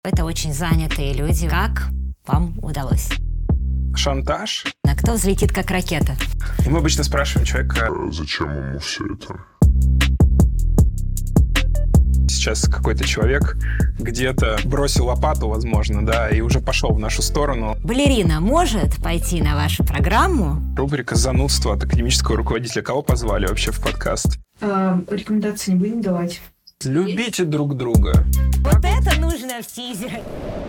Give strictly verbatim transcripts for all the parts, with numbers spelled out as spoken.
Это очень занятые люди. Как вам удалось? Шантаж. А кто взлетит как ракета? И мы обычно спрашиваем человека, зачем ему все это? Сейчас какой-то человек где-то бросил лопату, возможно, да, и уже пошел в нашу сторону. Балерина может пойти на вашу программу? Рубрика «Занудство» от академического руководителя. Кого позвали вообще в подкаст? А, рекомендации не будем давать. Любите друг друга. Вот это нужно в тизере.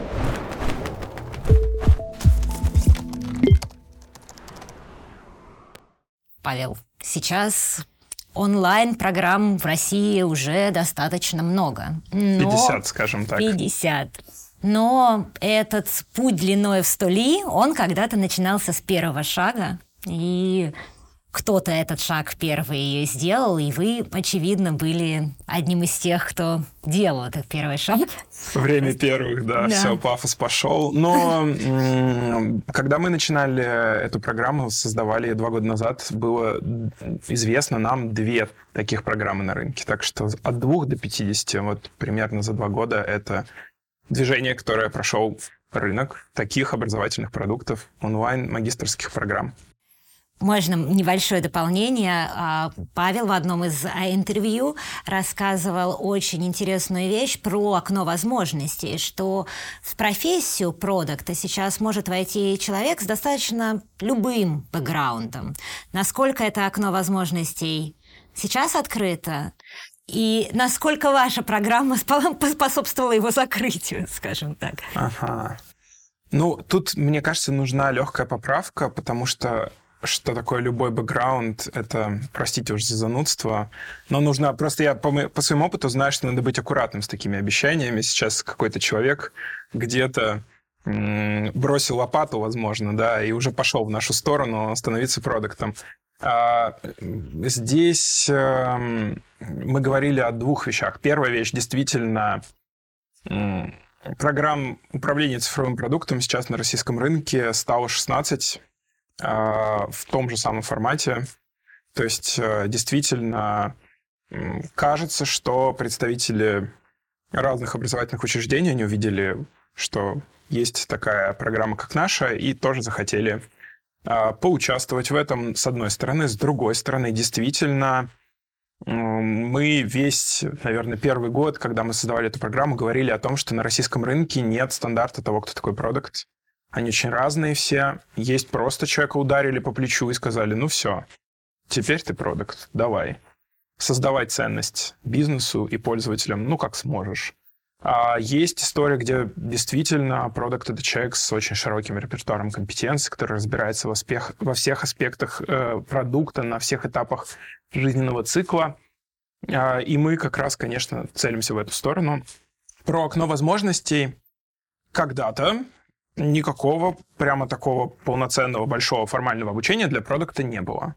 Павел, сейчас онлайн-программ в России уже достаточно много. Но... пятьдесят, скажем так. пятьдесят. Но этот путь длиной в сто ли, он когда-то начинался с первого шага. И кто-то этот шаг первый сделал, и вы, очевидно, были одним из тех, кто делал этот первый шаг. Время первых, да, да. Все, пафос пошел. Но когда мы начинали эту программу, создавали ее два года назад, было известно нам две таких программы на рынке. Так что от двух до пятидесяти, вот примерно за два года, это движение, которое прошел рынок таких образовательных продуктов, онлайн-магистерских программ. Можно небольшое дополнение. Павел в одном из интервью рассказывал очень интересную вещь про окно возможностей, что в профессию продакта сейчас может войти человек с достаточно любым бэкграундом. Насколько это окно возможностей сейчас открыто? И насколько ваша программа способствовала его закрытию, скажем так? Ага. Ну, тут, мне кажется, нужна легкая поправка, потому что что такое любой бэкграунд, это, простите уж за занудство, но нужно, просто я по, по своему опыту знаю, что надо быть аккуратным с такими обещаниями. Сейчас какой-то человек где-то м- бросил лопату, возможно, да, и уже пошел в нашу сторону становиться продуктом. А здесь э, мы говорили о двух вещах. Первая вещь, действительно, м- программ управления цифровым продуктом сейчас на российском рынке стало шестнадцать, в том же самом формате. То есть действительно кажется, что представители разных образовательных учреждений, они увидели, что есть такая программа, как наша, и тоже захотели поучаствовать в этом, с одной стороны. С другой стороны, действительно, мы весь, наверное, первый год, когда мы создавали эту программу, говорили о том, что на российском рынке нет стандарта того, кто такой продукт. Они очень разные все. Есть просто человека ударили по плечу и сказали, ну все, теперь ты продукт, давай. Создавай ценность бизнесу и пользователям, ну как сможешь. А есть история, где действительно продукт — это человек с очень широким репертуаром компетенций, который разбирается во, успех, во всех аспектах э, продукта, на всех этапах жизненного цикла. А, и мы как раз, конечно, целимся в эту сторону. Про окно возможностей когда-то никакого прямо такого полноценного большого формального обучения для продукта не было.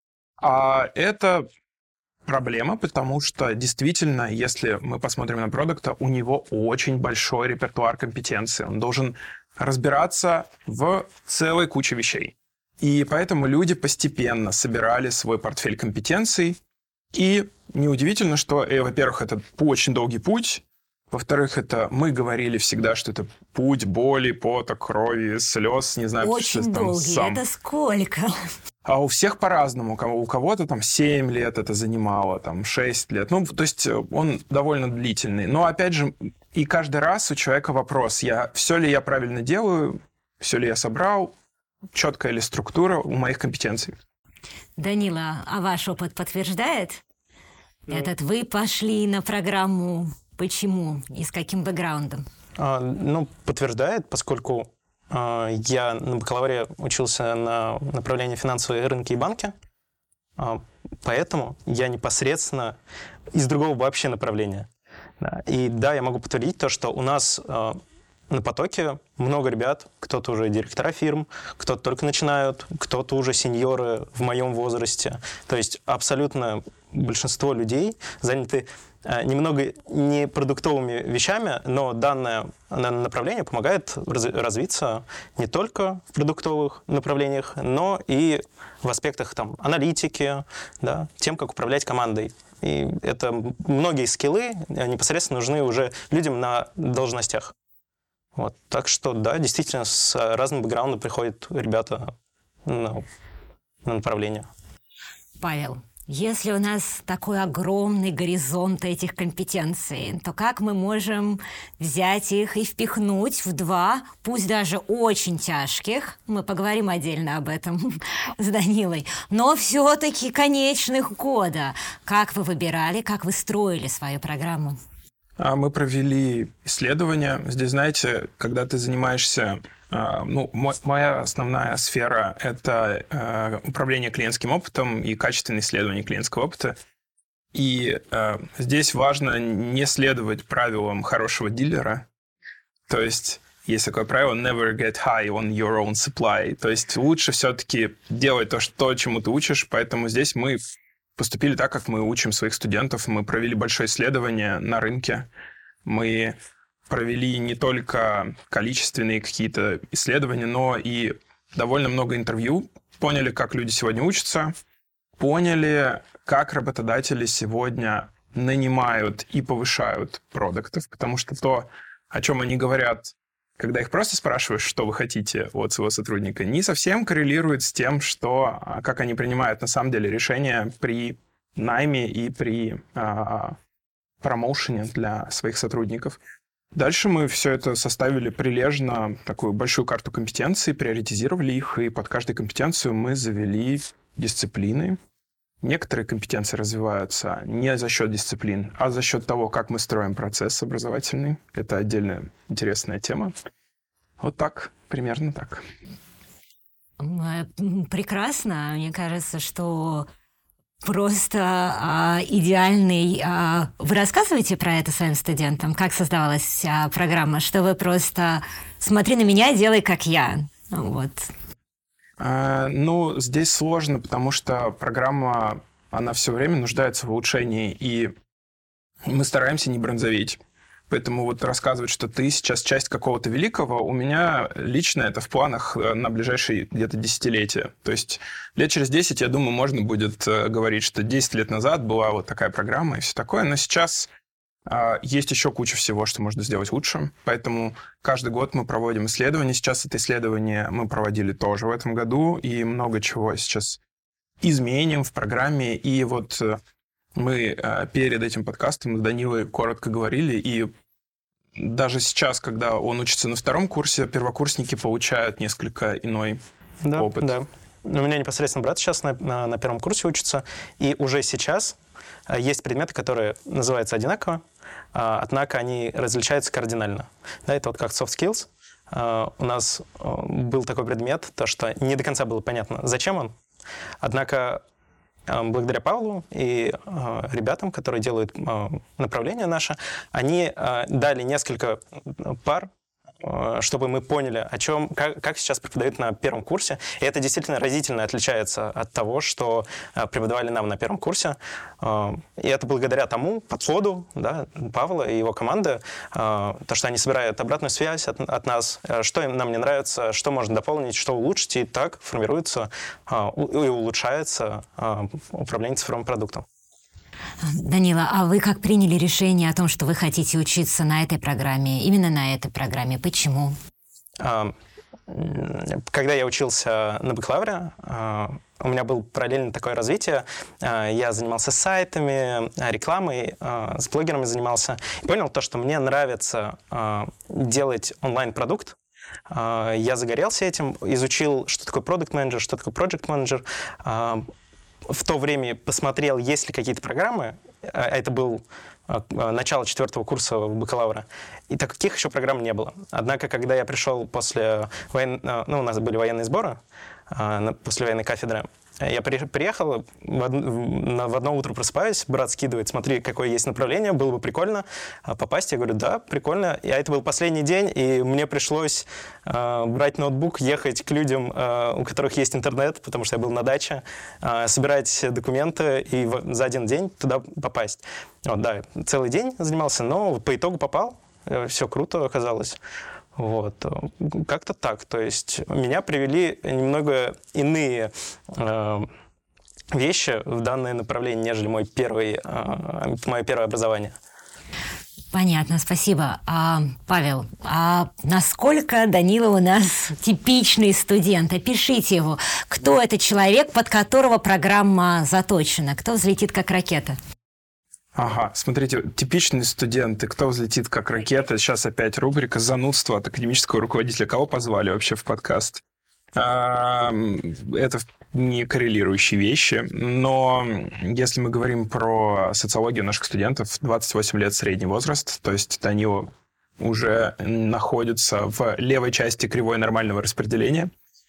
А это проблема, потому что действительно, если мы посмотрим на продукта, у него очень большой репертуар компетенций. Он должен разбираться в целой куче вещей. И поэтому люди постепенно собирали свой портфель компетенций. И неудивительно, что, э, во-первых, это очень долгий путь. Во-вторых, это мы говорили всегда, что это путь боли, пота, крови, слез, не знаю. Очень там долгий. Сам. Это сколько? А у всех по-разному. У кого-то там семь лет это занимало, там шесть лет. Ну, то есть он довольно длительный. Но, опять же, и каждый раз у человека вопрос, я, все ли я правильно делаю, все ли я собрал, четкая ли структура у моих компетенций. Данила, а ваш опыт подтверждает? Ну... Этот вы пошли на программу... Почему? И с каким бэкграундом? А, ну, подтверждает, поскольку а, я на бакалавре учился на направлении финансовые рынки и банки, а, поэтому я непосредственно из другого вообще направления. Да. И да, я могу подтвердить то, что у нас а, на потоке много ребят, кто-то уже директора фирм, кто-то только начинают, кто-то уже сеньоры в моем возрасте. То есть абсолютно большинство людей заняты немного не продуктовыми вещами, но данное направление помогает развиться не только в продуктовых направлениях, но и в аспектах там, аналитики, да, тем, как управлять командой. И это многие скиллы непосредственно нужны уже людям на должностях. Вот. Так что, да, действительно, с разным бэкграундом приходят ребята на, на направление. Павел, если у нас такой огромный горизонт этих компетенций, то как мы можем взять их и впихнуть в два, пусть даже очень тяжких, мы поговорим отдельно об этом с Данилой, но все-таки конечных года? Как вы выбирали, как вы строили свою программу? Мы провели исследования. Здесь, знаете, когда ты занимаешься... Ну, моя основная сфера — это управление клиентским опытом и качественное исследование клиентского опыта. И здесь важно не следовать правилам хорошего дилера. То есть есть такое правило never get high on your own supply. То есть лучше все-таки делать то, что, чему ты учишь. Поэтому здесь мы поступили так, как мы учим своих студентов. Мы провели большое исследование на рынке. Мы провели не только количественные какие-то исследования, но и довольно много интервью. Поняли, как люди сегодня учатся. Поняли, как работодатели сегодня нанимают и повышают продуктов. Потому что то, о чем они говорят, когда их просто спрашиваешь, что вы хотите от своего сотрудника, не совсем коррелирует с тем, что, как они принимают на самом деле решения при найме и при а, промоушене для своих сотрудников. Дальше мы все это составили прилежно, такую большую карту компетенций, приоритизировали их, и под каждой компетенцию мы завели дисциплины. Некоторые компетенции развиваются не за счет дисциплин, а за счет того, как мы строим процесс образовательный. Это отдельная интересная тема. Вот так, примерно так. Прекрасно. Мне кажется, что просто а, идеальный... А, вы рассказываете про это своим студентам? Как создавалась а, программа? Что вы просто смотри на меня, делай как я. Вот. А, ну, здесь сложно, потому что программа, она все время нуждается в улучшении, и мы стараемся не бронзоветь. Поэтому вот рассказывать, что ты сейчас часть какого-то великого, у меня лично это в планах на ближайшие где-то десятилетия. То есть лет через десять, я думаю, можно будет говорить, что десять лет назад была вот такая программа и все такое, но сейчас а, есть еще куча всего, что можно сделать лучше. Поэтому каждый год мы проводим исследования. Сейчас это исследование мы проводили тоже в этом году, и много чего сейчас изменим в программе. И вот мы перед этим подкастом с Данилой коротко говорили, и даже сейчас, когда он учится на втором курсе, первокурсники получают несколько иной да, опыт. Да. У меня непосредственно брат сейчас на, на, на первом курсе учится, и уже сейчас есть предметы, которые называются одинаково, однако они различаются кардинально. Да, это вот как soft skills. У нас был такой предмет, то, что не до конца было понятно, зачем он, однако благодаря Павлу и э, ребятам, которые делают э, направление наше, они э, дали несколько пар, э, чтобы мы поняли, о чем, как, как сейчас преподают на первом курсе. И это действительно разительно отличается от того, что э, преподавали нам на первом курсе. Э, и это благодаря тому подходу, да, Павла и его команды, э, то, что они собирают обратную связь от, от нас, э, что им, нам не нравится, что можно дополнить, что улучшить, и так формируется э, и улучшается э, управление цифровым продуктом. Данила, а вы как приняли решение о том, что вы хотите учиться на этой программе, именно на этой программе? Почему? Когда я учился на бакалавре, у меня было параллельно такое развитие. Я занимался сайтами, рекламой, с блогерами занимался. И понял то, что мне нравится делать онлайн-продукт. Я загорелся этим, изучил, что такое продакт-менеджер, что такое проект-менеджер. В то время посмотрел, есть ли какие-то программы. Это был начало четвертого курса бакалавра. И таких еще программ не было. Однако, когда я пришел после воен... ну, у нас были военные сборы после военной кафедры, я приехал, в одно, в одно утро просыпаюсь, брат скидывает, смотри, какое есть направление, было бы прикольно попасть. Я говорю, да, прикольно. И это был последний день, и мне пришлось э, брать ноутбук, ехать к людям, э, у которых есть интернет, потому что я был на даче, э, собирать документы и в, за один день туда попасть. Вот, да, целый день занимался, но по итогу попал, э, все круто оказалось. Вот. Как-то так. То есть меня привели немного иные э, вещи в данное направление, нежели мой первый, э, мое первое образование. Понятно, спасибо. А, Павел, а насколько Данила у нас типичный студент? Опишите его. Кто этот человек, под которого программа заточена? Кто взлетит как ракета? Ага, смотрите, типичные студенты, кто взлетит как ракета. Сейчас опять рубрика «Занудство» от академического руководителя. Кого позвали вообще в подкаст? Это не коррелирующие вещи, но если мы говорим про социологию наших студентов, двадцать восемь лет средний возраст, то есть они уже находятся в левой части кривой нормального распределения.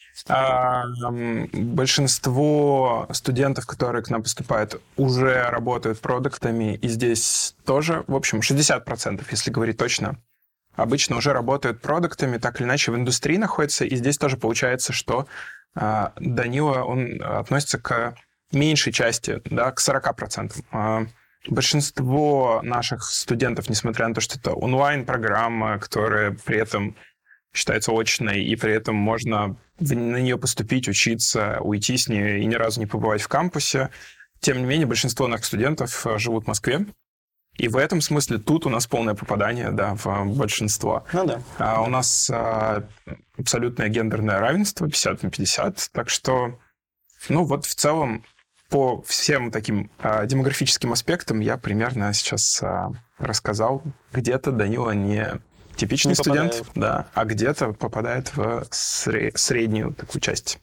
Большинство студентов, которые к нам поступают, уже работают продуктами, и здесь тоже, в общем, шестьдесят процентов, если говорить точно, обычно уже работают продуктами, так или иначе в индустрии находятся, и здесь тоже получается, что э, Данила, он относится к меньшей части, да, к сорока процентам. Э, большинство наших студентов, несмотря на то, что это онлайн-программа, которая при этом считается очной, и при этом можно на нее поступить, учиться, уйти с нее и ни разу не побывать в кампусе, тем не менее большинство наших студентов живут в Москве. И в этом смысле тут у нас полное попадание, да, в большинство. Ну да. А у нас а, абсолютное гендерное равенство, пятьдесят на пятьдесят. Так что, ну вот в целом по всем таким а, демографическим аспектам я примерно сейчас а, рассказал. Где-то Данила не типичный не студент, попадает. Да, а где-то попадает в сре- среднюю такую часть.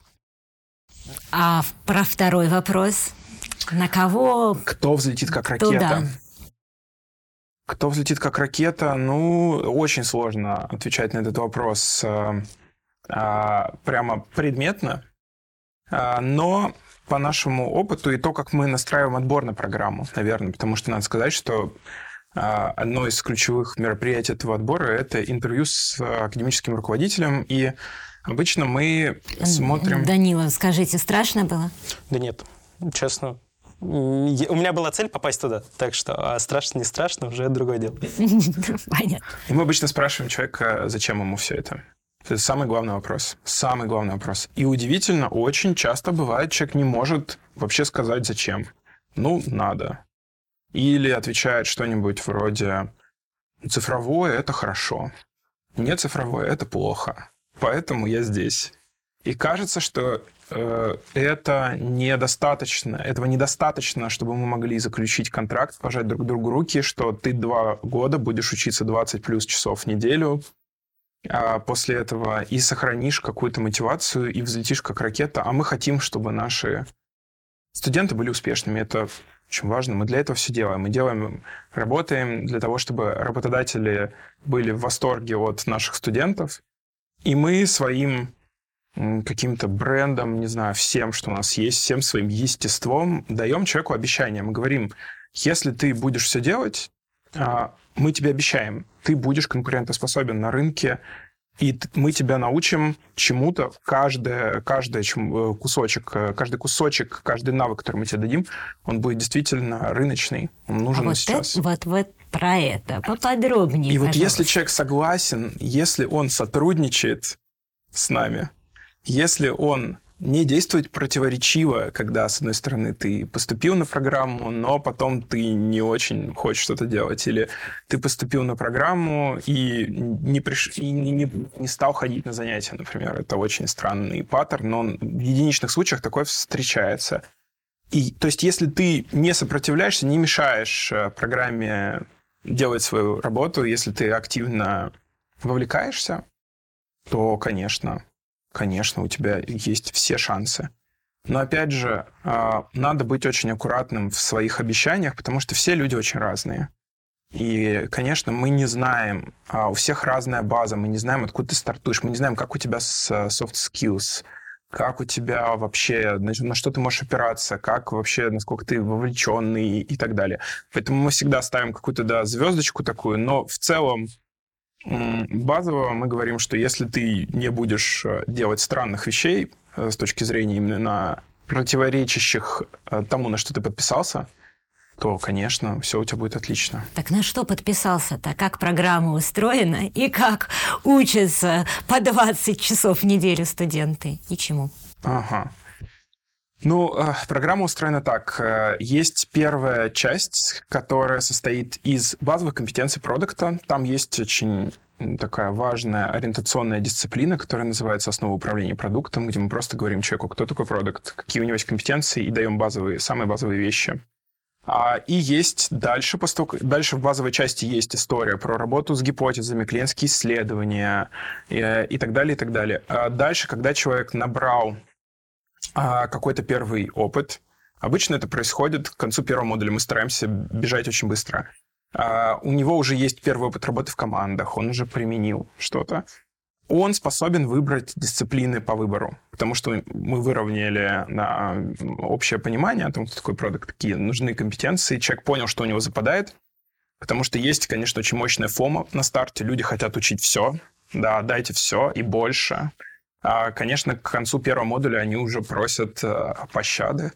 А про второй вопрос. На кого? Кто взлетит как Кто, ракета? да. Кто взлетит как ракета? Ну, очень сложно отвечать на этот вопрос а, а, прямо предметно. А, но по нашему опыту и то, как мы настраиваем отбор на программу, наверное, потому что надо сказать, что а, одно из ключевых мероприятий этого отбора – это интервью с академическим руководителем, и обычно мы смотрим… Данила, скажите, страшно было? Да нет, честно. У меня была цель попасть туда, так что а страшно, не страшно, уже другое дело. Понятно. И мы обычно спрашиваем человека, зачем ему все это. Это самый главный вопрос. Самый главный вопрос. И удивительно, очень часто бывает, человек не может вообще сказать, зачем. Ну, надо. Или отвечает что-нибудь вроде «цифровое – это хорошо, не цифровое – это плохо, поэтому я здесь». И кажется, что э, это недостаточно, этого недостаточно, чтобы мы могли заключить контракт, пожать друг другу руки, что ты два года будешь учиться двадцать плюс часов в неделю, а после этого и сохранишь какую-то мотивацию, и взлетишь как ракета. А мы хотим, чтобы наши студенты были успешными. Это очень важно. Мы для этого все делаем. Мы делаем, работаем для того, чтобы работодатели были в восторге от наших студентов. И мы своим каким-то брендом, не знаю, всем, что у нас есть, всем своим естеством даем человеку обещание. Мы говорим, если ты будешь все делать, мы тебе обещаем, ты будешь конкурентоспособен на рынке, и мы тебя научим чему-то, каждый, каждый кусочек, каждый кусочек, каждый навык, который мы тебе дадим, он будет действительно рыночный, он нужен а вот сейчас. Это, вот, вот про это поподробнее, И пожалуйста. вот если человек согласен, если он сотрудничает с нами, если он не действует противоречиво, когда, с одной стороны, ты поступил на программу, но потом ты не очень хочешь что-то делать, или ты поступил на программу и не, приш... и не, не стал ходить на занятия, например. Это очень странный паттерн, но он в единичных случаях такое встречается. И, то есть, если ты не сопротивляешься, не мешаешь программе делать свою работу, если ты активно вовлекаешься, то, конечно... Конечно, у тебя есть все шансы. Но, опять же, надо быть очень аккуратным в своих обещаниях, потому что все люди очень разные. И, конечно, мы не знаем, у всех разная база, мы не знаем, откуда ты стартуешь, мы не знаем, как у тебя с soft skills, как у тебя вообще, на что ты можешь опираться, как вообще, насколько ты вовлеченный и так далее. Поэтому мы всегда ставим какую-то, да, звездочку такую, но в целом базово мы говорим, что если ты не будешь делать странных вещей с точки зрения именно противоречащих тому, на что ты подписался, то, конечно, все у тебя будет отлично. Так на что подписался-то? Как программа устроена? И как учатся по двадцать часов в неделю студенты? И чему? Ага. Ну, программа устроена так. Есть первая часть, которая состоит из базовых компетенций продукта. Там есть очень такая важная ориентационная дисциплина, которая называется «Основа управления продуктом», где мы просто говорим человеку, кто такой продукт, какие у него есть компетенции, и даем базовые, самые базовые вещи. И есть дальше, дальше в базовой части есть история про работу с гипотезами, клиентские исследования и, и так далее, и так далее. А дальше, когда человек набрал какой-то первый опыт. Обычно это происходит к концу первого модуля. Мы стараемся бежать очень быстро. У него уже есть первый опыт работы в командах, он уже применил что-то. Он способен выбрать дисциплины по выбору, потому что мы выровняли на общее понимание о том, кто такой продукт, какие нужны компетенции. Человек понял, что у него западает, потому что есть, конечно, очень мощная фома на старте. Люди хотят учить все. Да, дайте все и больше. Конечно, к концу первого модуля они уже просят пощады.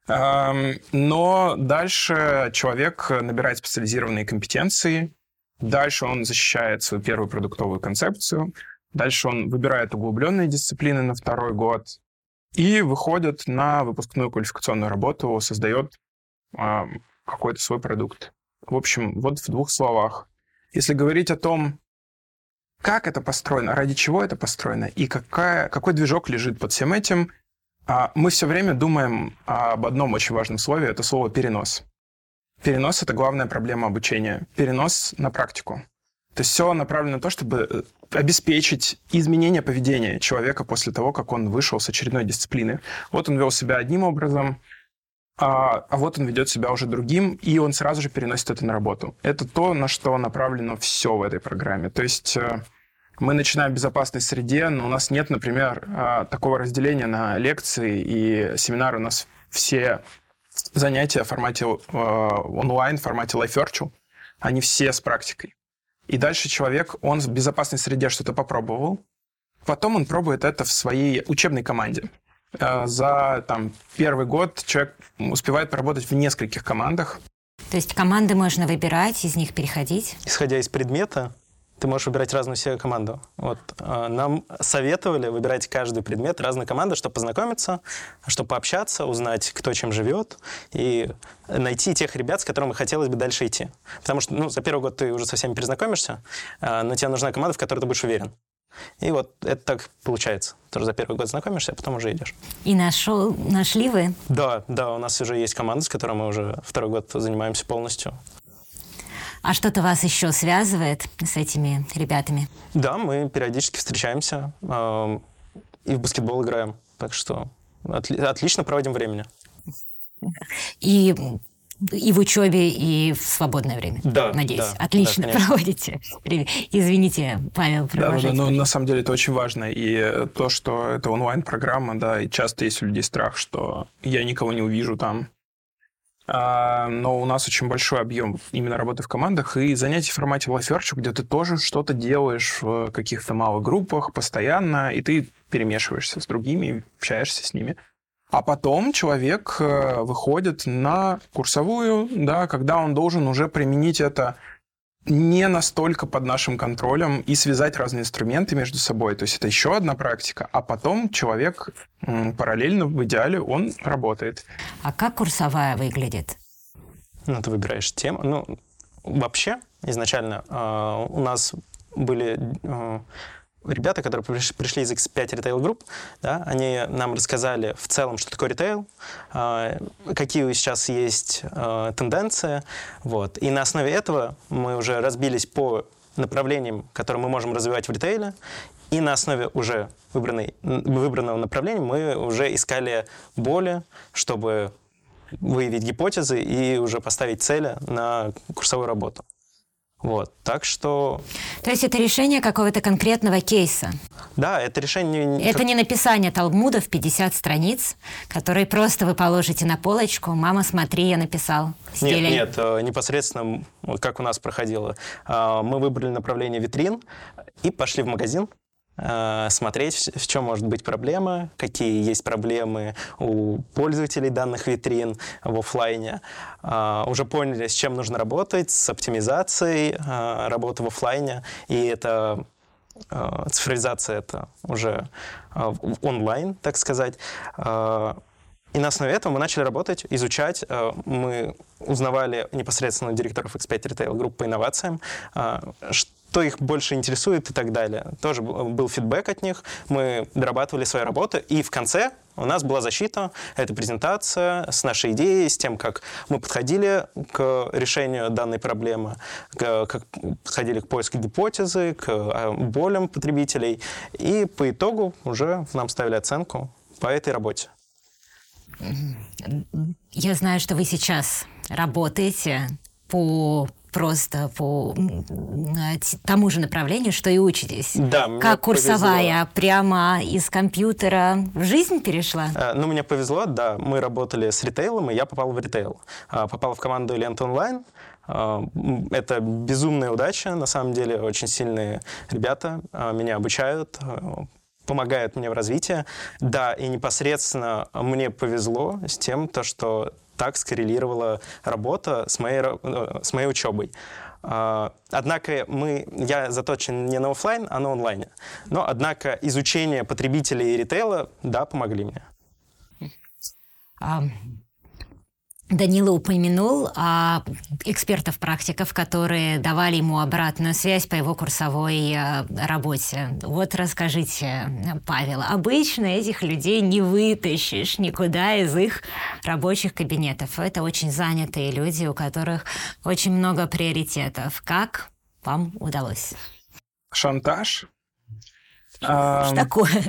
Но дальше человек набирает специализированные компетенции, дальше он защищает свою первую продуктовую концепцию, дальше он выбирает углубленные дисциплины на второй год и выходит на выпускную квалификационную работу, создает какой-то свой продукт. В общем, вот в двух словах. Если говорить о том, как это построено, ради чего это построено и какая, какой движок лежит под всем этим, мы все время думаем об одном очень важном слове, это слово «перенос». Перенос — это главная проблема обучения. Перенос на практику. То есть все направлено на то, чтобы обеспечить изменение поведения человека после того, как он вышел с очередной дисциплины. Вот он вел себя одним образом, а, а вот он ведет себя уже другим, и он сразу же переносит это на работу. Это то, на что направлено все в этой программе. То есть мы начинаем в безопасной среде, но у нас нет, например, такого разделения на лекции и семинары. У нас все занятия в формате онлайн, в формате Life Virtual, они все с практикой. И дальше человек, он в безопасной среде что-то попробовал, потом он пробует это в своей учебной команде. За там, первый год человек успевает поработать в нескольких командах. То есть команды можно выбирать, из них переходить? Исходя из предмета, ты можешь выбирать разную себе команду. Вот, э, нам советовали выбирать каждый предмет разной команды, чтобы познакомиться, чтобы пообщаться, узнать, кто чем живет, и найти тех ребят, с которыми хотелось бы дальше идти. Потому что ну, за первый год ты уже со всеми перезнакомишься, э, но тебе нужна команда, в которой ты будешь уверен. И вот это так получается. Тоже за первый год знакомишься, а потом уже идешь. И нашел, нашли вы? Да, да, у нас уже есть команда, с которой мы уже второй год занимаемся полностью. А что-то вас еще связывает с этими ребятами? Да, мы периодически встречаемся э, и в баскетбол играем. Так что отли- отлично проводим времени. И, и в учебе, и в свободное время, да, надеюсь. Да, отлично да, проводите. Извините, Павел, продолжайте. Да, но на самом деле это очень важно. И то, что это онлайн-программа, да, и часто есть у людей страх, что я никого не увижу там. Но у нас очень большой объем именно работы в командах и занятий в формате Life Virtual, где ты тоже что-то делаешь в каких-то малых группах постоянно, и ты перемешиваешься с другими, общаешься с ними. А потом человек выходит на курсовую, да, когда он должен уже применить это не настолько под нашим контролем и связать разные инструменты между собой. То есть это еще одна практика, а потом человек параллельно, в идеале, он работает. А как курсовая выглядит? Ну, ты выбираешь тему. Ну, вообще, изначально э, у нас были э, ребята, которые пришли из икс пять Retail Group, да, они нам рассказали в целом, что такое ритейл, э, какие сейчас есть э, тенденции. Вот. И на основе этого мы уже разбились по направлениям, которые мы можем развивать в ритейле, и на основе уже выбранной, выбранного направления мы уже искали боли, чтобы выявить гипотезы и уже поставить цели на курсовую работу. Вот, так что... То есть это решение какого-то конкретного кейса? Да, это решение... Это не написание Талмуда в пятьдесят страниц, который просто вы положите на полочку. «Мама, смотри, я написал». Нет, нет, непосредственно, как у нас проходило. Мы выбрали направление витрин и пошли в магазин, смотреть, в чем может быть проблема, какие есть проблемы у пользователей данных витрин в офлайне. Уже поняли, с чем нужно работать, с оптимизацией работы в офлайне. И это цифровизация, это уже онлайн, так сказать. И на основе этого мы начали работать, изучать. Мы узнавали непосредственно у директоров икс пять Retail Group по инновациям, что их больше интересует и так далее. Тоже был фидбэк от них, мы дорабатывали свои работы, и в конце у нас была защита, это презентация с нашей идеей, с тем, как мы подходили к решению данной проблемы, как подходили к поиску гипотезы, к болям потребителей, и по итогу уже нам ставили оценку по этой работе. Я знаю, что вы сейчас работаете по просто по тому же направлению, что и учитесь. Да, как курсовая, повезло. Прямо из компьютера в жизнь перешла? А, ну, мне повезло, да. Мы работали с ритейлом, и я попал в ритейл. А, попал в команду Лента Онлайн. А, это безумная удача, на самом деле, очень сильные ребята а, меня обучают, помогают мне в развитии. Да, и непосредственно мне повезло с тем, то, что так скоррелировала работа с моей, с моей учебой. Однако мы, я заточен не на офлайн, а на онлайне. Но, однако, изучение потребителей и ритейла, да, помогли мне. Данила упомянул а, экспертов-практиков, которые давали ему обратную связь по его курсовой а, работе. Вот расскажите, Павел, обычно этих людей не вытащишь никуда из их рабочих кабинетов. Это очень занятые люди, у которых очень много приоритетов. Как вам удалось? Шантаж? Что такое?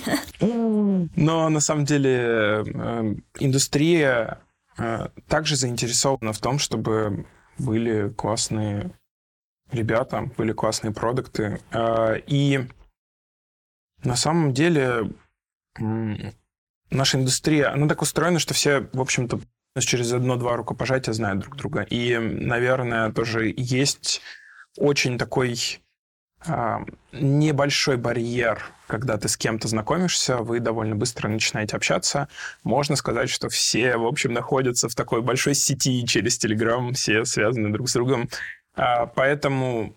Но на самом деле индустрия также заинтересована в том, чтобы были классные ребята, были классные продукты. И на самом деле наша индустрия, она так устроена, что все, в общем-то, через одно-два рукопожатия знают друг друга. И, наверное, тоже есть очень такой небольшой барьер, когда ты с кем-то знакомишься, вы довольно быстро начинаете общаться. Можно сказать, что все, в общем, находятся в такой большой сети через Telegram, все связаны друг с другом. Поэтому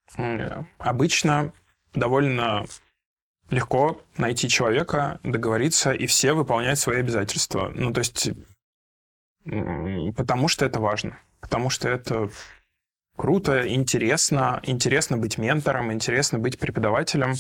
обычно довольно легко найти человека, договориться, и все выполнять свои обязательства. Ну, то есть, потому что это важно, потому что это круто, интересно, интересно быть ментором, интересно быть преподавателем.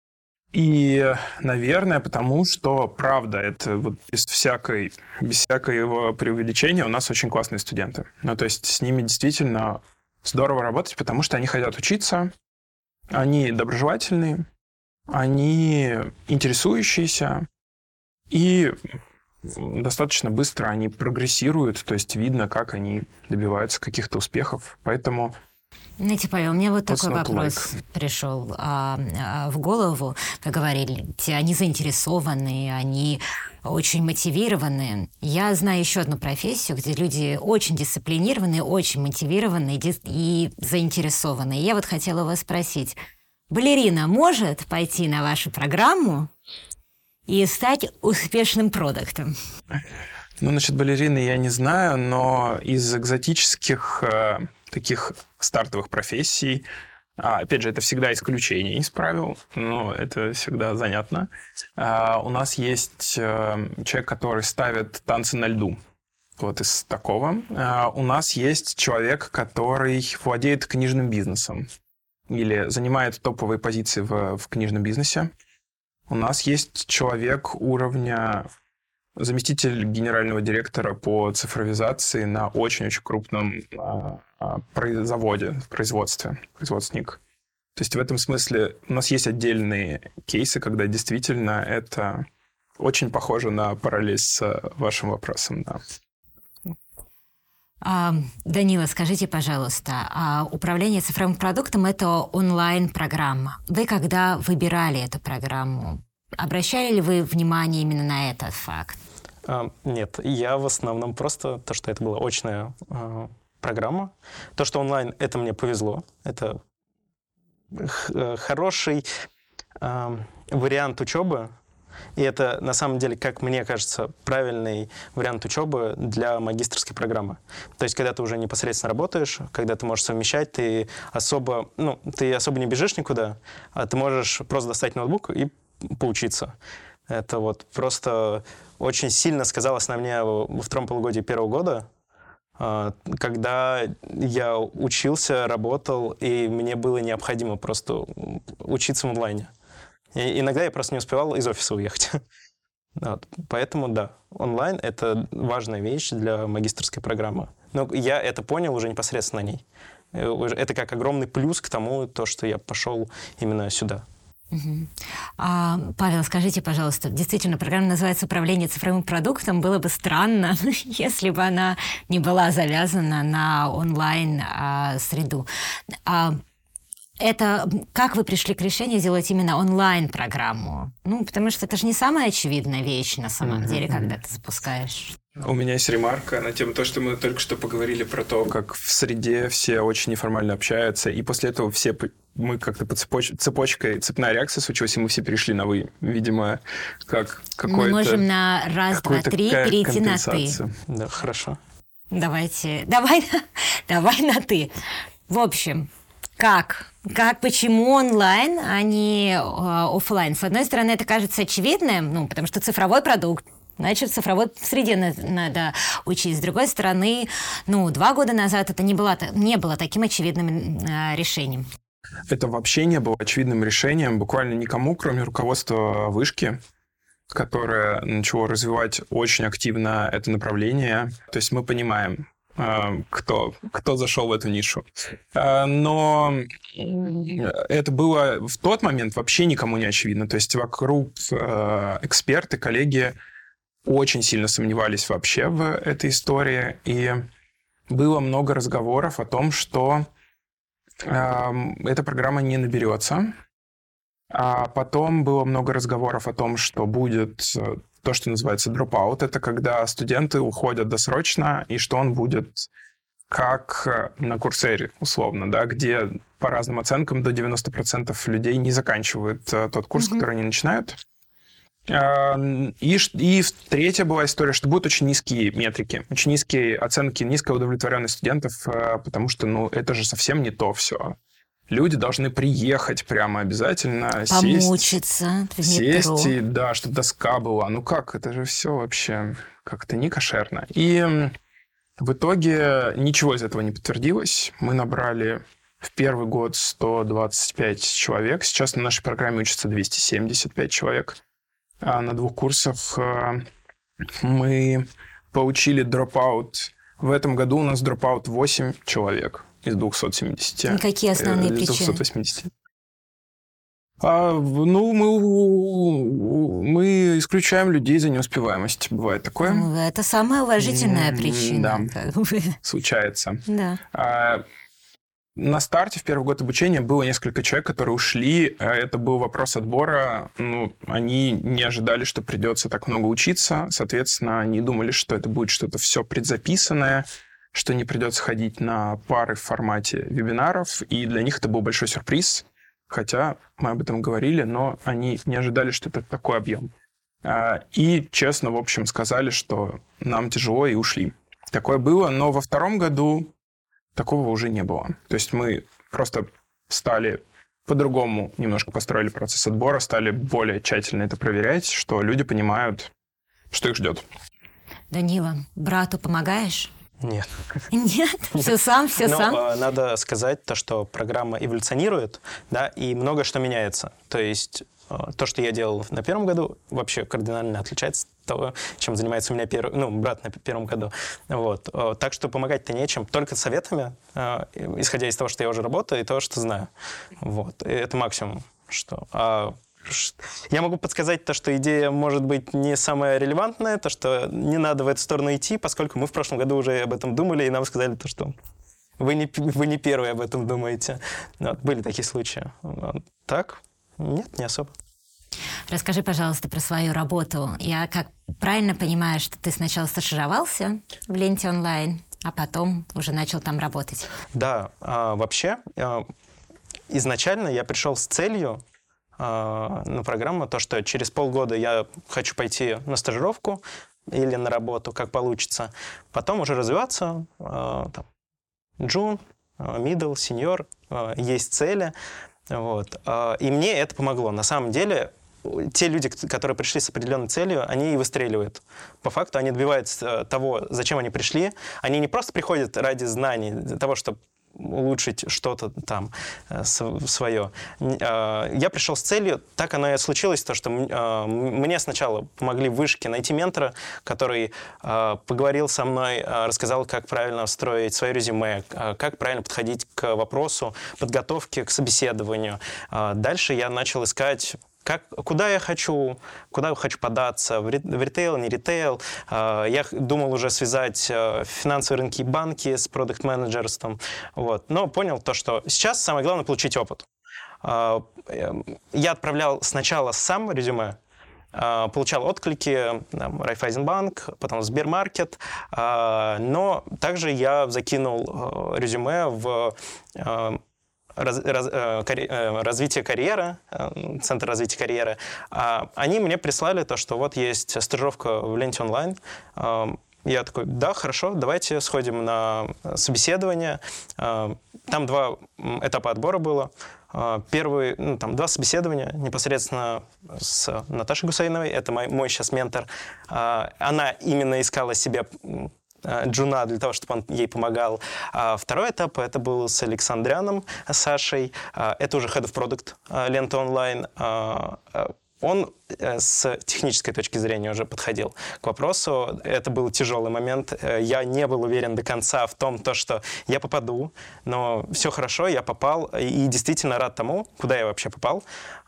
И, наверное, потому что, правда, это вот без всякой, без всякого преувеличения у нас очень классные студенты. Ну, то есть с ними действительно здорово работать, потому что они хотят учиться, они доброжелательные, они интересующиеся, и достаточно быстро они прогрессируют, то есть видно, как они добиваются каких-то успехов. Поэтому... Знаете, Павел, мне вот такой вопрос like. пришел а, а, в голову. Вы говорите, они заинтересованы, они очень мотивированы. Я знаю еще одну профессию, где люди очень дисциплинированные, очень мотивированные и, и заинтересованные. Я вот хотела у вас спросить, балерина может пойти на вашу программу и стать успешным продуктом? Ну, насчет балерины я не знаю, но из экзотических э, таких стартовых профессий, а, опять же, это всегда исключение из правил, но это всегда занятно. А, у нас есть э, человек, который ставит танцы на льду. Вот из такого. А, у нас есть человек, который владеет книжным бизнесом или занимает топовые позиции в, в книжном бизнесе. У нас есть человек уровня заместитель генерального директора по цифровизации на очень-очень крупном а, а, заводе, производстве, производственник. То есть в этом смысле у нас есть отдельные кейсы, когда действительно это очень похоже на параллель с вашим вопросом. Да. А, Данила, скажите, пожалуйста, а управление цифровым продуктом – это онлайн-программа. Вы когда выбирали эту программу, обращали ли вы внимание именно на этот факт? А, нет, я в основном просто то, что это была очная а, программа. То, что онлайн, это мне повезло. Это х- хороший а, вариант учебы. И это, на самом деле, как мне кажется, правильный вариант учебы для магистерской программы. То есть, когда ты уже непосредственно работаешь, когда ты можешь совмещать, ты особо, ну, ты особо не бежишь никуда, а ты можешь просто достать ноутбук и поучиться. Это вот просто очень сильно сказалось на мне во втором полугодии первого года, когда я учился, работал, и мне было необходимо просто учиться в онлайне. И иногда я просто не успевал из офиса уехать. Вот. Поэтому, да, онлайн — это важная вещь для магистерской программы. Но я это понял уже непосредственно на ней. Это как огромный плюс к тому, то, что я пошел именно сюда. Угу. А, Павел, скажите, пожалуйста, действительно, программа называется «Управление цифровым продуктом». Было бы странно, если бы она не была завязана на онлайн-среду. А, это как вы пришли к решению сделать именно онлайн-программу? Ну, потому что это же не самая очевидная вещь на самом mm-hmm. деле, когда ты запускаешь. У меня есть ремарка на тему, то, что мы только что поговорили про то, как в среде все очень неформально общаются, и после этого все мы как-то по цепоч... цепочкой, цепная реакция случилась, и мы все перешли на «вы». Видимо, как какой-то... Мы можем на раз, два, три перейти на «ты». Да, хорошо. Давайте, давай, давай на «ты». В общем, как? Как, почему онлайн, а не э, офлайн? С одной стороны, это кажется очевидным, ну, потому что цифровой продукт, значит, в цифровой среде надо учить. С другой стороны, ну, два года назад это не было, не было таким очевидным э, решением. Это вообще не было очевидным решением буквально никому, кроме руководства вышки, которое начало развивать очень активно это направление. То есть мы понимаем, кто, кто зашел в эту нишу. Но это было в тот момент вообще никому не очевидно. То есть вокруг эксперты, коллеги очень сильно сомневались вообще в этой истории. И было много разговоров о том, что эта программа не наберется. А потом было много разговоров о том, что будет то, что называется dropout. Это когда студенты уходят досрочно, и что он будет как на Курсере, условно, да, где по разным оценкам до девяноста процентов людей не заканчивают тот курс, mm-hmm. который они начинают. И, и третья была история, что будут очень низкие метрики, очень низкие оценки, низкая удовлетворенность студентов, потому что, ну, это же совсем не то все. Люди должны приехать прямо обязательно, помучиться, сесть, сесть и, да, чтобы доска была. Ну как, это же все вообще как-то не кошерно. И в итоге ничего из этого не подтвердилось. Мы набрали в первый год сто двадцать пять человек. Сейчас на нашей программе учатся двести семьдесят пять человек. А на двух курсах мы получили dropout. В этом году у нас dropout восемь человек из двухсот семидесяти. И какие основные из причины? двухсот восьмидесяти. А, ну, мы, мы исключаем людей за неуспеваемость. Бывает такое. Ну, это самая уважительная причина. Да, случается. Да. А, на старте, в первый год обучения, было несколько человек, которые ушли. Это был вопрос отбора. Ну, они не ожидали, что придется так много учиться. Соответственно, они думали, что это будет что-то все предзаписанное, что не придется ходить на пары в формате вебинаров. И для них это был большой сюрприз. Хотя мы об этом говорили, но они не ожидали, что это такой объем. И честно, в общем, сказали, что нам тяжело, и ушли. Такое было, но во втором году такого уже не было. То есть мы просто стали по-другому, немножко построили процесс отбора, стали более тщательно это проверять, что люди понимают, что их ждет. Данила, брату помогаешь? Нет. Нет? Все сам, все Но, сам? Э, надо сказать то, что программа эволюционирует, да, и много что меняется. То есть э, то, что я делал на первом году, вообще кардинально отличается от того, чем занимается у меня перв... ну, брат на первом году. Вот. Э, так что помогать-то нечем, только советами, э, исходя из того, что я уже работаю, и того, что знаю. Вот. И это максимум, что... А я могу подсказать то, что идея может быть не самая релевантная, то, что не надо в эту сторону идти, поскольку мы в прошлом году уже об этом думали, и нам сказали то, что вы не, вы не первые об этом думаете. Вот, были такие случаи. Так? Нет, не особо. Расскажи, пожалуйста, про свою работу. Я как правильно понимаю, что ты сначала стажировался в ленте онлайн, а потом уже начал там работать? Да, а, вообще а, изначально я пришел с целью на программу, то, что через полгода я хочу пойти на стажировку или на работу, как получится. Потом уже развиваться. Там, джун, middle, senior, есть цели. Вот. И мне это помогло. На самом деле те люди, которые пришли с определенной целью, они и выстреливают. По факту они добиваются того, зачем они пришли. Они не просто приходят ради знаний, для того, чтобы улучшить что-то там свое. Я пришел с целью, так оно и случилось, то, что мне сначала помогли в вышке найти ментора, который поговорил со мной, рассказал, как правильно строить свое резюме, как правильно подходить к вопросу подготовки к собеседованию. Дальше я начал искать, Как, куда я хочу, куда я хочу податься, в ритейл, не ритейл. Я думал уже связать финансовые рынки и банки с продакт-менеджерством. Вот. Но понял то, что сейчас самое главное — получить опыт. Я отправлял сначала сам резюме, получал отклики, там, Райффайзенбанк, потом Сбермаркет, но также я закинул резюме в Раз, раз, карь, развитие карьеры, Центр развития карьеры, они мне прислали то, что вот есть стажировка в ленте онлайн. Я такой: да, хорошо, давайте сходим на собеседование. Там два этапа отбора было. Первый, ну, там два собеседования непосредственно с Наташей Гусейновой, это мой, мой сейчас ментор. Она именно искала себе джуна для того, чтобы он ей помогал. А второй этап — это был с Александряном Сашей. Это уже Head of Product ленты онлайн. Он с технической точки зрения уже подходил к вопросу. Это был тяжелый момент. Я не был уверен до конца в том, то, что я попаду, но все хорошо, я попал, и действительно рад тому, куда я вообще попал.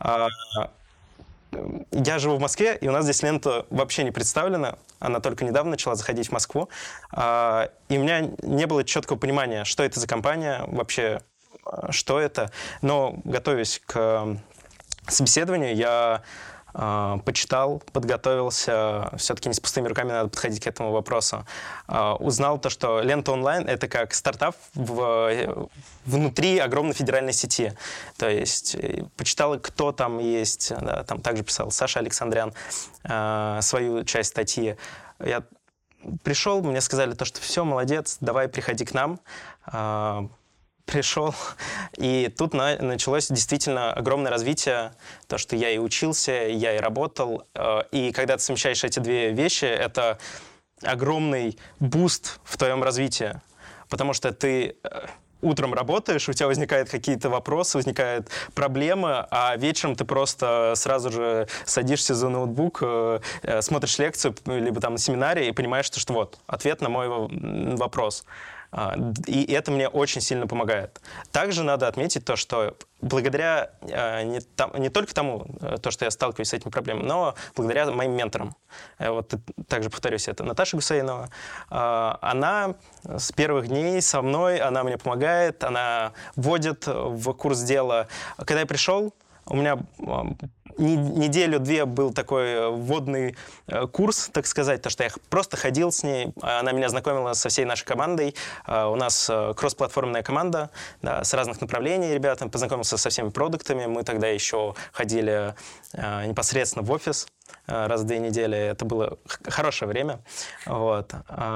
Я живу в Москве, и у нас здесь лента вообще не представлена. Она только недавно начала заходить в Москву. И у меня не было четкого понимания, что это за компания, вообще, что это. Но, готовясь к собеседованию, я почитал, подготовился. Все-таки не с пустыми руками надо подходить к этому вопросу. Узнал то, что лента онлайн — это как стартап в, внутри огромной федеральной сети. То есть почитал, кто там есть. Да, там также писал Саша Александрян свою часть статьи. Я пришел, мне сказали то, что все, молодец, давай приходи к нам. Пришел, и тут на, началось действительно огромное развитие, то, что я и учился, я и работал, и когда ты совмещаешь эти две вещи, это огромный буст в твоем развитии, потому что ты утром работаешь, у тебя возникают какие-то вопросы, возникают проблемы, а вечером ты просто сразу же садишься за ноутбук, смотришь лекцию, либо там на семинаре, и понимаешь, что, что вот, ответ на мой вопрос. И это мне очень сильно помогает. Также надо отметить то, что благодаря не, там, не только тому, то, что я сталкиваюсь с этими проблемами, но благодаря моим менторам. Вот также повторюсь, это Наташа Гусейнова. Она с первых дней со мной, она мне помогает, она вводит в курс дела. Когда я пришел, у меня неделю-две был такой вводный курс, так сказать, то, что я просто ходил с ней, она меня знакомила со всей нашей командой, у нас кроссплатформенная команда, да, с разных направлений ребята, познакомился со всеми продуктами, мы тогда еще ходили непосредственно в офис раз в две недели, это было хорошее время, вот.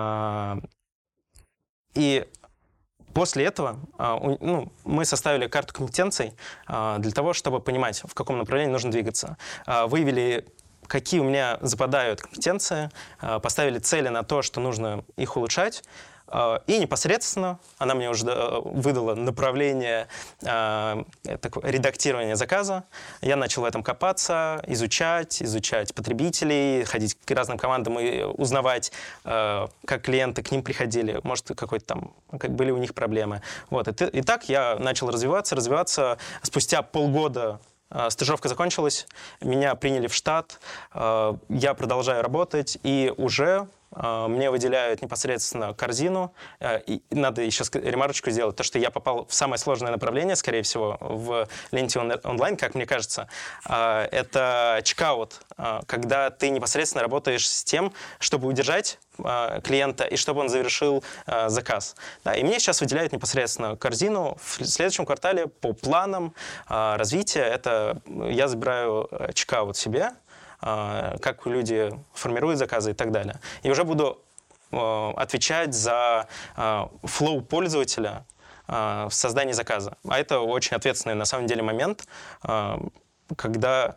И после этого ну, мы составили карту компетенций для того, чтобы понимать, в каком направлении нужно двигаться. Выявили, какие у меня западают компетенции, поставили цели на то, что нужно их улучшать. И непосредственно она мне уже выдала направление такое, редактирования заказа. Я начал в этом копаться, изучать, изучать потребителей, ходить к разным командам и узнавать, как клиенты к ним приходили, может, какой-то там, как были у них проблемы. Вот. И так я начал развиваться, развиваться. Спустя полгода стажировка закончилась, меня приняли в штат, я продолжаю работать, и уже мне выделяют непосредственно корзину. И надо еще ремарочку сделать, то, что я попал в самое сложное направление, скорее всего, в ленте онлайн, как мне кажется. Это чекаут, когда ты непосредственно работаешь с тем, чтобы удержать клиента и чтобы он завершил заказ. Да, и мне сейчас выделяют непосредственно корзину. В следующем квартале по планам развития это я забираю чекаут себе, как люди формируют заказы и так далее. И уже буду отвечать за флоу пользователя в создании заказа. А это очень ответственный на самом деле момент, когда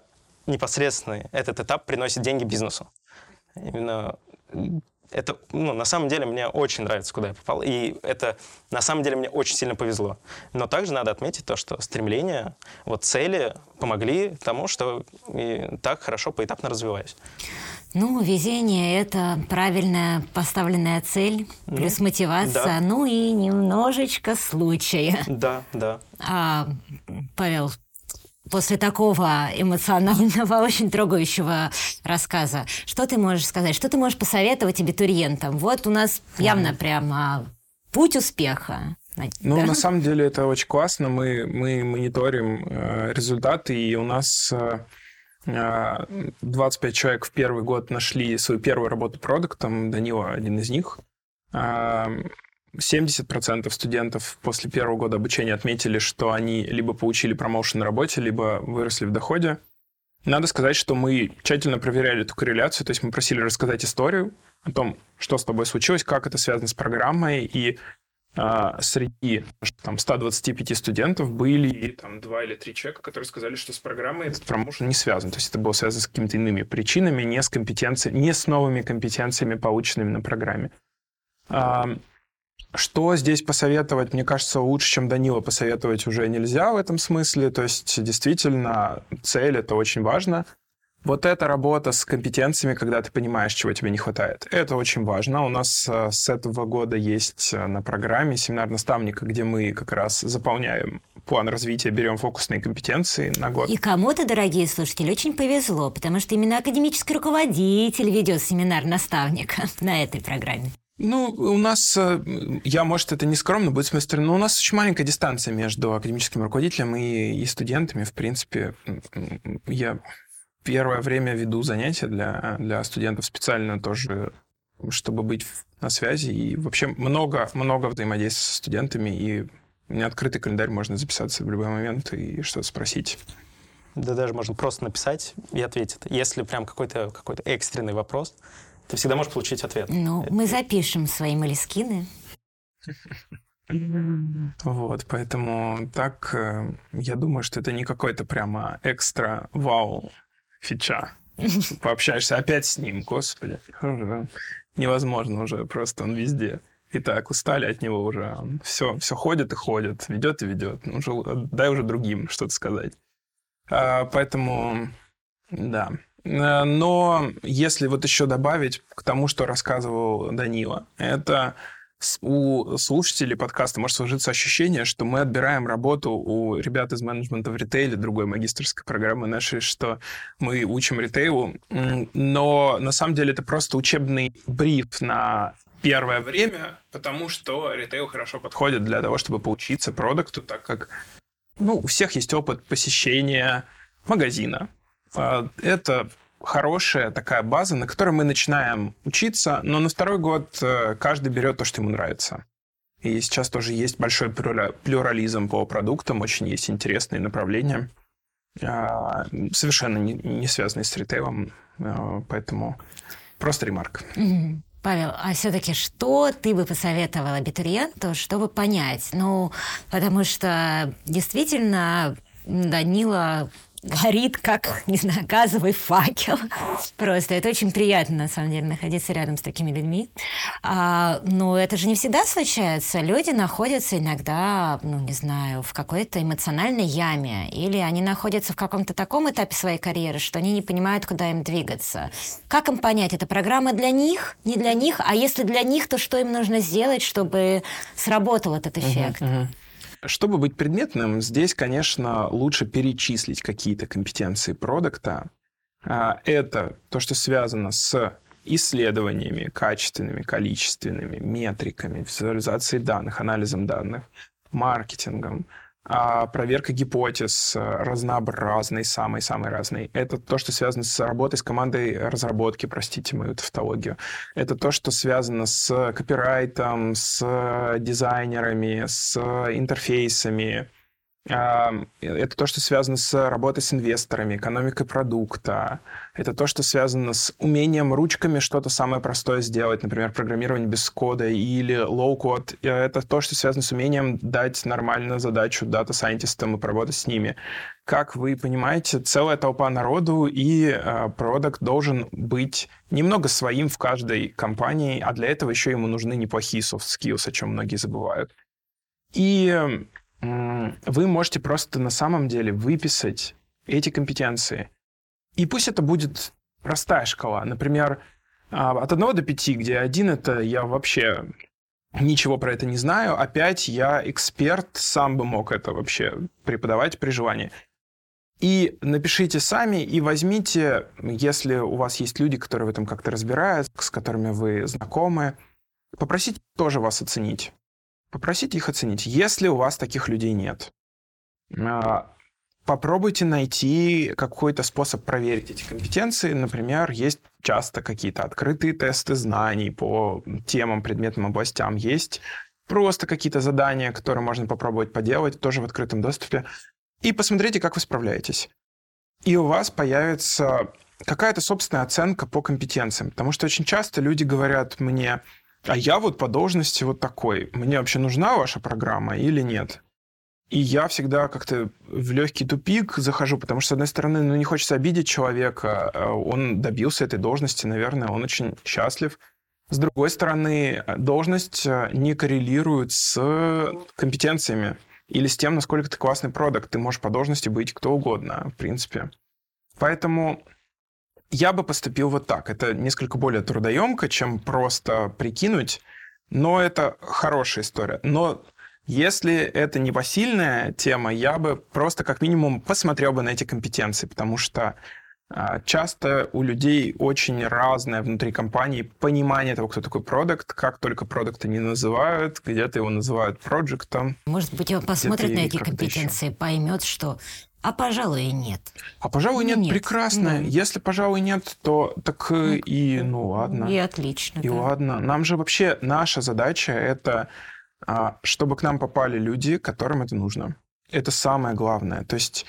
непосредственно этот этап приносит деньги бизнесу. Именно это, ну, на самом деле, мне очень нравится, куда я попал. И это, на самом деле, мне очень сильно повезло. Но также надо отметить то, что стремления, вот цели помогли тому, что и так хорошо поэтапно развиваюсь. Ну, везение – это правильная поставленная цель, плюс ну, мотивация, да. Ну и немножечко случая. Да, да. А, Павел, после такого эмоционального, очень трогающего рассказа, что ты можешь сказать, что ты можешь посоветовать абитуриентам? Вот у нас явно прямо путь успеха. Ну, да? На самом деле это очень классно. Мы, мы мониторим э, результаты, и у нас э, двадцать пять человек в первый год нашли свою первую работу продуктом, Данила один из них. семьдесят процентов студентов после первого года обучения отметили, что они либо получили промоушен на работе, либо выросли в доходе. Надо сказать, что мы тщательно проверяли эту корреляцию, то есть мы просили рассказать историю о том, что с тобой случилось, как это связано с программой, и а, среди там, ста двадцати пяти студентов были там, два или три человека, которые сказали, что с программой этот промоушен не связан, то есть это было связано с какими-то иными причинами, не с компетенциями, не с новыми компетенциями, полученными на программе. А, Что здесь посоветовать, мне кажется, лучше, чем Данила посоветовать уже нельзя в этом смысле. То есть, действительно, цель — это очень важно. Вот эта работа с компетенциями, когда ты понимаешь, чего тебе не хватает, это очень важно. У нас с этого года есть на программе семинар наставника, где мы как раз заполняем план развития, берем фокусные компетенции на год. И кому-то, дорогие слушатели, очень повезло, потому что именно академический руководитель ведет семинар наставника на этой программе. Ну, у нас, я, может, это не скромно будет с моей стороны, но у нас очень маленькая дистанция между академическим руководителем и, и студентами. В принципе, я первое время веду занятия для, для студентов специально тоже, чтобы быть на связи. И вообще много-много взаимодействия со студентами. И у меня открытый календарь, можно записаться в любой момент и что-то спросить. Да даже можно просто написать и ответить. Если прям какой-то, какой-то экстренный вопрос, ты всегда можешь получить ответ. Ну, это... мы запишем свои молескины. Вот, поэтому так, я думаю, что это не какой-то прямо экстра вау фича. Пообщаешься опять с ним, господи. Невозможно уже, просто он везде. И так, устали от него уже. Он все, все ходит и ходит, ведет и ведет. Ну, уже, дай уже другим что-то сказать. А, поэтому, да. Но если вот еще добавить к тому, что рассказывал Данила, это у слушателей подкаста может сложиться ощущение, что мы отбираем работу у ребят из менеджмента в ритейле, другой магистерской программы нашей, что мы учим ритейлу, но на самом деле это просто учебный бриф на первое время, потому что ритейл хорошо подходит для того, чтобы поучиться продукту, так как ну, у всех есть опыт посещения магазина. Это хорошая такая база, на которой мы начинаем учиться, но на второй год каждый берет то, что ему нравится. И сейчас тоже есть большой плюрализм по продуктам, очень есть интересные направления, совершенно не связанные с ритейлом, поэтому просто ремарк. Mm-hmm. Павел, а все-таки что ты бы посоветовал абитуриенту, чтобы понять? Ну, потому что действительно Данила горит, как, не знаю, газовый факел. Просто это очень приятно, на самом деле, находиться рядом с такими людьми. А, но это же не всегда случается. Люди находятся иногда, ну, не знаю, в какой-то эмоциональной яме. Или они находятся в каком-то таком этапе своей карьеры, что они не понимают, куда им двигаться. Как им понять, эта программа для них, не для них? А если для них, то что им нужно сделать, чтобы сработал этот эффект? Uh-huh, uh-huh. Чтобы быть предметным, здесь, конечно, лучше перечислить какие-то компетенции продукта. Это то, что связано с исследованиями качественными, количественными, метриками, визуализацией данных, анализом данных, маркетингом, проверка гипотез разнообразной, самой-самой разной. Это то, что связано с работой с командой разработки, простите мою тавтологию. Это то, что связано с копирайтом, с дизайнерами, с интерфейсами. Это то, что связано с работой с инвесторами, экономикой продукта. Это то, что связано с умением ручками что-то самое простое сделать, например, программирование без кода или low-code. Это то, что связано с умением дать нормальную задачу дата-сайентистам и поработать с ними. Как вы понимаете, целая толпа народу, и продакт должен быть немного своим в каждой компании, а для этого еще ему нужны неплохие soft skills, о чем многие забывают. И вы можете просто на самом деле выписать эти компетенции. И пусть это будет простая шкала. Например, от одного до пяти, где один — это я вообще ничего про это не знаю, а пять — я эксперт, сам бы мог это вообще преподавать при желании. И напишите сами, и возьмите, если у вас есть люди, которые в этом как-то разбираются, с которыми вы знакомы, попросите тоже вас оценить. Попросите их оценить. Если у вас таких людей нет, попробуйте найти какой-то способ проверить эти компетенции. Например, есть часто какие-то открытые тесты знаний по темам, предметным областям. Есть просто какие-то задания, которые можно попробовать поделать, тоже в открытом доступе. И посмотрите, как вы справляетесь. И у вас появится какая-то собственная оценка по компетенциям. Потому что очень часто люди говорят мне: а я вот по должности вот такой. Мне вообще нужна ваша программа или нет? И я всегда как-то в легкий тупик захожу, потому что, с одной стороны, ну, не хочется обидеть человека. Он добился этой должности, наверное, он очень счастлив. С другой стороны, должность не коррелирует с компетенциями или с тем, насколько ты классный продакт. Ты можешь по должности быть кто угодно, в принципе. Поэтому я бы поступил вот так. Это несколько более трудоемко, чем просто прикинуть, но это хорошая история. Но если это не посильная тема, я бы просто как минимум посмотрел бы на эти компетенции, потому что а, часто у людей очень разное внутри компании понимание того, кто такой продакт, как только продакта не называют, где-то его называют проектом. Может быть, он посмотрит на эти компетенции, поймет, что а пожалуй и нет. А пожалуй нет, нет. Прекрасно. Да. Если пожалуй нет, то так ну, и ну ладно. И отлично. И да. ладно. Нам же вообще наша задача это чтобы к нам попали люди, которым это нужно. Это самое главное. То есть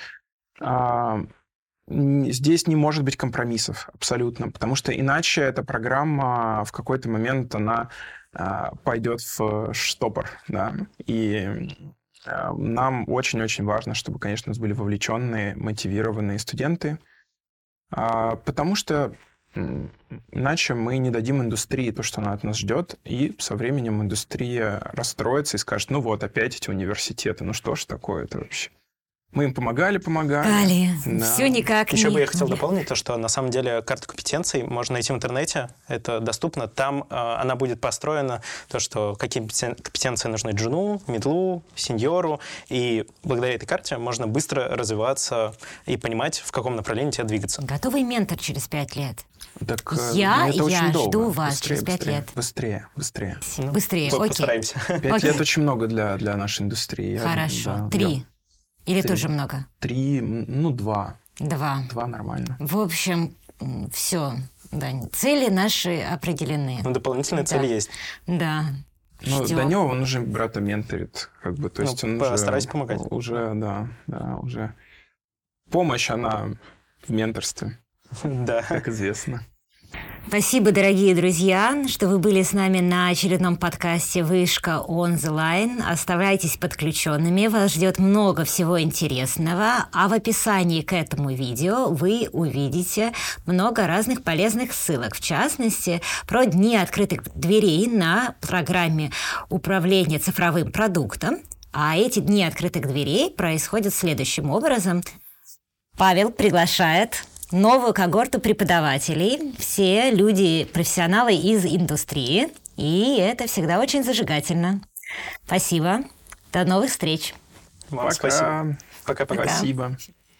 здесь не может быть компромиссов абсолютно, потому что иначе эта программа в какой-то момент она пойдет в штопор. Да? И нам очень-очень важно, чтобы, конечно, у нас были вовлеченные, мотивированные студенты, потому что иначе мы не дадим индустрии то, что она от нас ждет, и со временем индустрия расстроится и скажет: ну вот, опять эти университеты, ну что ж такое-то вообще? Мы им помогали, помогали. Али, да. Все никак Еще не... бы я хотел дополнить то, что на самом деле карту компетенций можно найти в интернете, это доступно. Там э, она будет построена, то, что какие компетенции нужны джуну, мидлу, сеньору, и благодаря этой карте можно быстро развиваться и понимать, в каком направлении тебе двигаться. Готовый ментор через пять лет. Так, я это я жду долго. вас быстрее, через пять быстрее, лет. Быстрее, быстрее. Ну, быстрее, окей. Постараемся. Пять окей. лет очень много для, для нашей индустрии. Хорошо. Я, да, Три. Я... Или Три. тоже много? Три, ну, два. Два. Два нормально. В общем, все. Да, цели наши определены. Ну, дополнительные да. цели есть. Да. Ну, Ждем. Данила, он уже брата менторит, как бы, то есть ну, он уже... стараюсь помогать. Уже, да, да, уже... Помощь, она в менторстве, Да. как известно. Спасибо, дорогие друзья, что вы были с нами на очередном подкасте «Вышка on the line». Оставайтесь подключенными, вас ждет много всего интересного, а в описании к этому видео вы увидите много разных полезных ссылок, в частности, про дни открытых дверей на программе управления цифровым продуктом. А эти дни открытых дверей происходят следующим образом. Павел приглашает новую когорту преподавателей, все люди, профессионалы из индустрии, и это всегда очень зажигательно. Спасибо. До новых встреч. Вам Пока. спасибо. Пока-пока. Спасибо.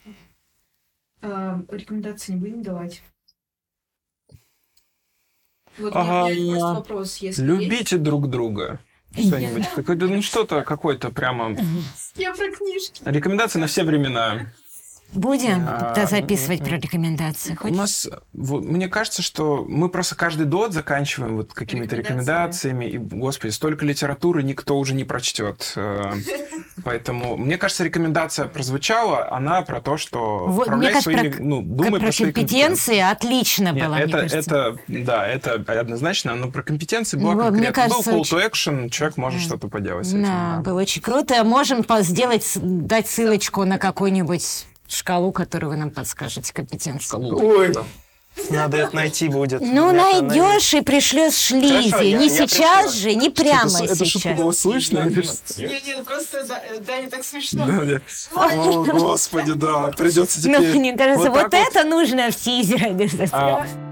А, рекомендации не будем давать? Вот Ага. у меня просто вопрос, если Любите друг друга. Что-нибудь. Какое-то, ну, что-то какое-то прямо... есть. Я про книжки. Рекомендации на все времена. Будем А, да, записывать про рекомендации. У Хочешь? нас, вот, мне кажется, что мы просто каждый дот заканчиваем вот какими-то рекомендациями. И, господи, столько литературы никто уже не прочтет. Поэтому, мне кажется, рекомендация прозвучала, она про то, что Вот, управляй мне кажется, своими, про, ну, думай про про свои компетенции отлично Нет, было, мне это, кажется. это, да, это однозначно, но про компетенции было Вот, мне конкретно. кажется, Был call очень- to action, человек может что-то поделать с этим. Да, да. было очень круто. Можем по- сделать, с- дать ссылочку на какую-нибудь шкалу, которую вы нам подскажете, компетенцию. Ой, Надо это найти будет. Ну, Это найдешь и пришлешь Шлизе. Хорошо, я- не я сейчас пришлю. же, не прямо это, это шутка сейчас. было слышно? или что? Не-не, просто да, да, не так смешно. Да, да. О, господи, да, придется Ну, теперь... мне кажется, вот вот, так вот. это нужно в тизере обязательно. А,